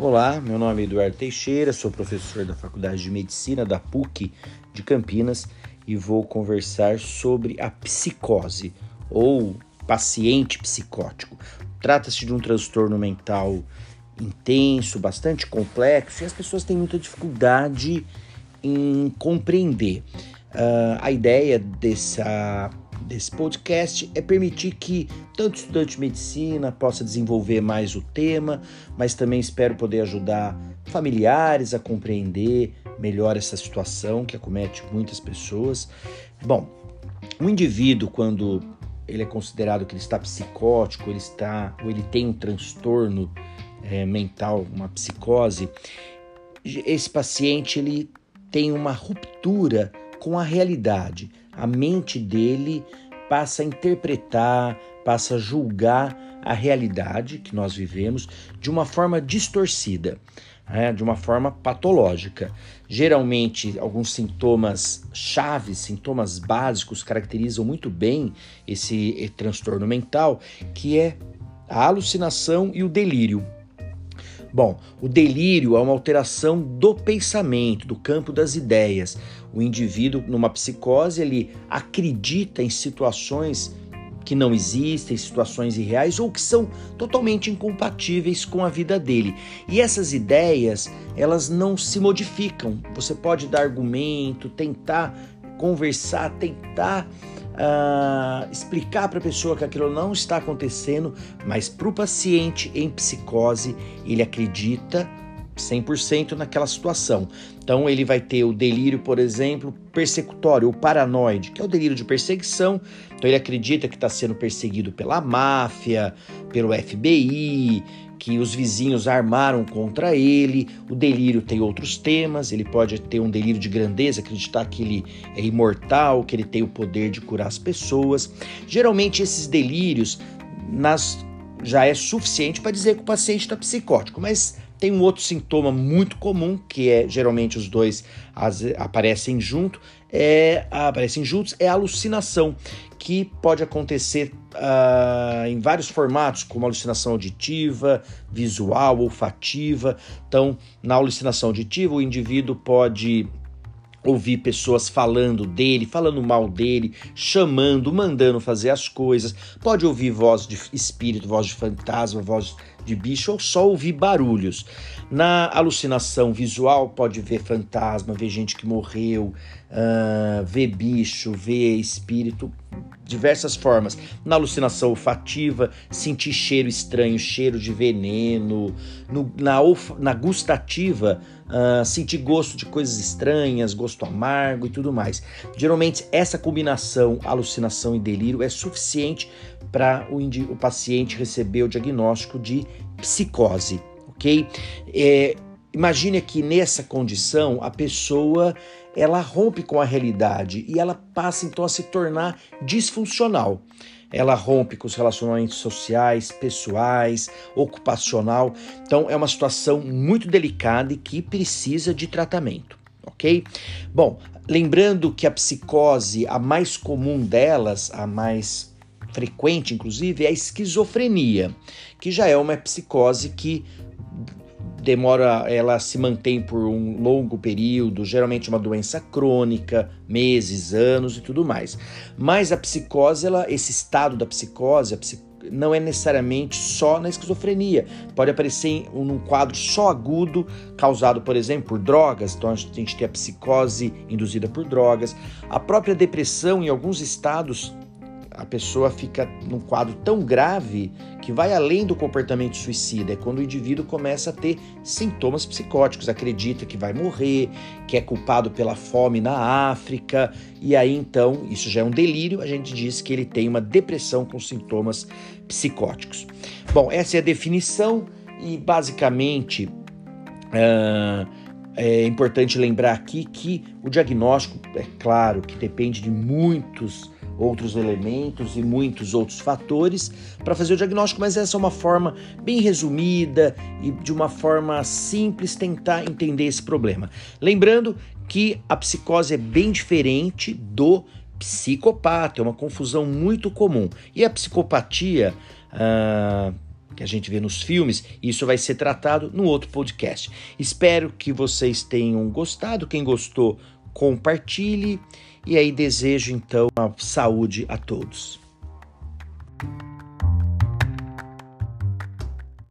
Olá, meu nome é Eduardo Teixeira, sou professor da Faculdade de Medicina da PUC de Campinas e vou conversar sobre a psicose ou paciente psicótico. Trata-se de um transtorno mental intenso, bastante complexo e as pessoas têm muita dificuldade em compreender. A ideia desse podcast é permitir que tanto estudante de medicina possa desenvolver mais o tema, mas também espero poder ajudar familiares a compreender melhor essa situação que acomete muitas pessoas. Bom, um indivíduo, quando ele é considerado que ele está psicótico, ele tem um transtorno mental, uma psicose, esse paciente ele tem uma ruptura com a realidade. A mente dele passa a interpretar, passa a julgar a realidade que nós vivemos de uma forma distorcida, de uma forma patológica. Geralmente, alguns sintomas chaves, sintomas básicos caracterizam muito bem esse transtorno mental, que é a alucinação e o delírio. Bom, o delírio é uma alteração do pensamento, do campo das ideias. O indivíduo, numa psicose, ele acredita em situações que não existem, situações irreais ou que são totalmente incompatíveis com a vida dele. E essas ideias, elas não se modificam. Você pode dar argumento, tentar conversar, tentar explicar para a pessoa que aquilo não está acontecendo, mas para o paciente em psicose, ele acredita 100% naquela situação. Então ele vai ter o delírio, por exemplo, persecutório ou paranoide, que é o delírio de perseguição. Então ele acredita que está sendo perseguido pela máfia, pelo FBI, que os vizinhos armaram contra ele. O delírio tem outros temas, ele pode ter um delírio de grandeza, acreditar que ele é imortal, que ele tem o poder de curar as pessoas. Geralmente esses delírios já é suficiente para dizer que o paciente está psicótico, mas tem um outro sintoma muito comum, que é geralmente os dois aparecem juntos, é a alucinação, que pode acontecer em vários formatos, como alucinação auditiva, visual, olfativa. Então, na alucinação auditiva, o indivíduo pode ouvir pessoas falando dele, falando mal dele, chamando, mandando fazer as coisas. Pode ouvir voz de espírito, voz de fantasma, voz de bicho ou só ouvir barulhos. Na alucinação visual, pode ver fantasma, ver gente que morreu, ver bicho, ver espírito, diversas formas. Na alucinação olfativa, sentir cheiro estranho, cheiro de veneno. Na gustativa, sentir gosto de coisas estranhas, gosto amargo e tudo mais. Geralmente, essa combinação, alucinação e delírio, é suficiente para o paciente receber o diagnóstico de psicose, ok? Imagine que nessa condição a pessoa ela rompe com a realidade e ela passa então a se tornar disfuncional. Ela rompe com os relacionamentos sociais, pessoais, ocupacional. Então é uma situação muito delicada e que precisa de tratamento, ok? Bom, lembrando que a psicose, a mais comum delas, a mais frequente inclusive, é a esquizofrenia, que já é uma psicose que ela se mantém por um longo período, geralmente uma doença crônica, meses, anos e tudo mais. Mas a psicose, esse estado da psicose, não é necessariamente só na esquizofrenia. Pode aparecer num quadro só agudo, causado, por exemplo, por drogas. Então a gente tem a psicose induzida por drogas. A própria depressão, em alguns estados, a pessoa fica num quadro tão grave que vai além do comportamento suicida. É quando o indivíduo começa a ter sintomas psicóticos, acredita que vai morrer, que é culpado pela fome na África, e aí então, isso já é um delírio, a gente diz que ele tem uma depressão com sintomas psicóticos. Bom, essa é a definição e basicamente é importante lembrar aqui que o diagnóstico, é claro, que depende de muitos outros elementos e muitos outros fatores para fazer o diagnóstico, mas essa é uma forma bem resumida e de uma forma simples tentar entender esse problema. Lembrando que a psicose é bem diferente do psicopata, é uma confusão muito comum. E a psicopatia que a gente vê nos filmes, isso vai ser tratado no outro podcast. Espero que vocês tenham gostado. Quem gostou, compartilhe. E aí desejo então a saúde a todos.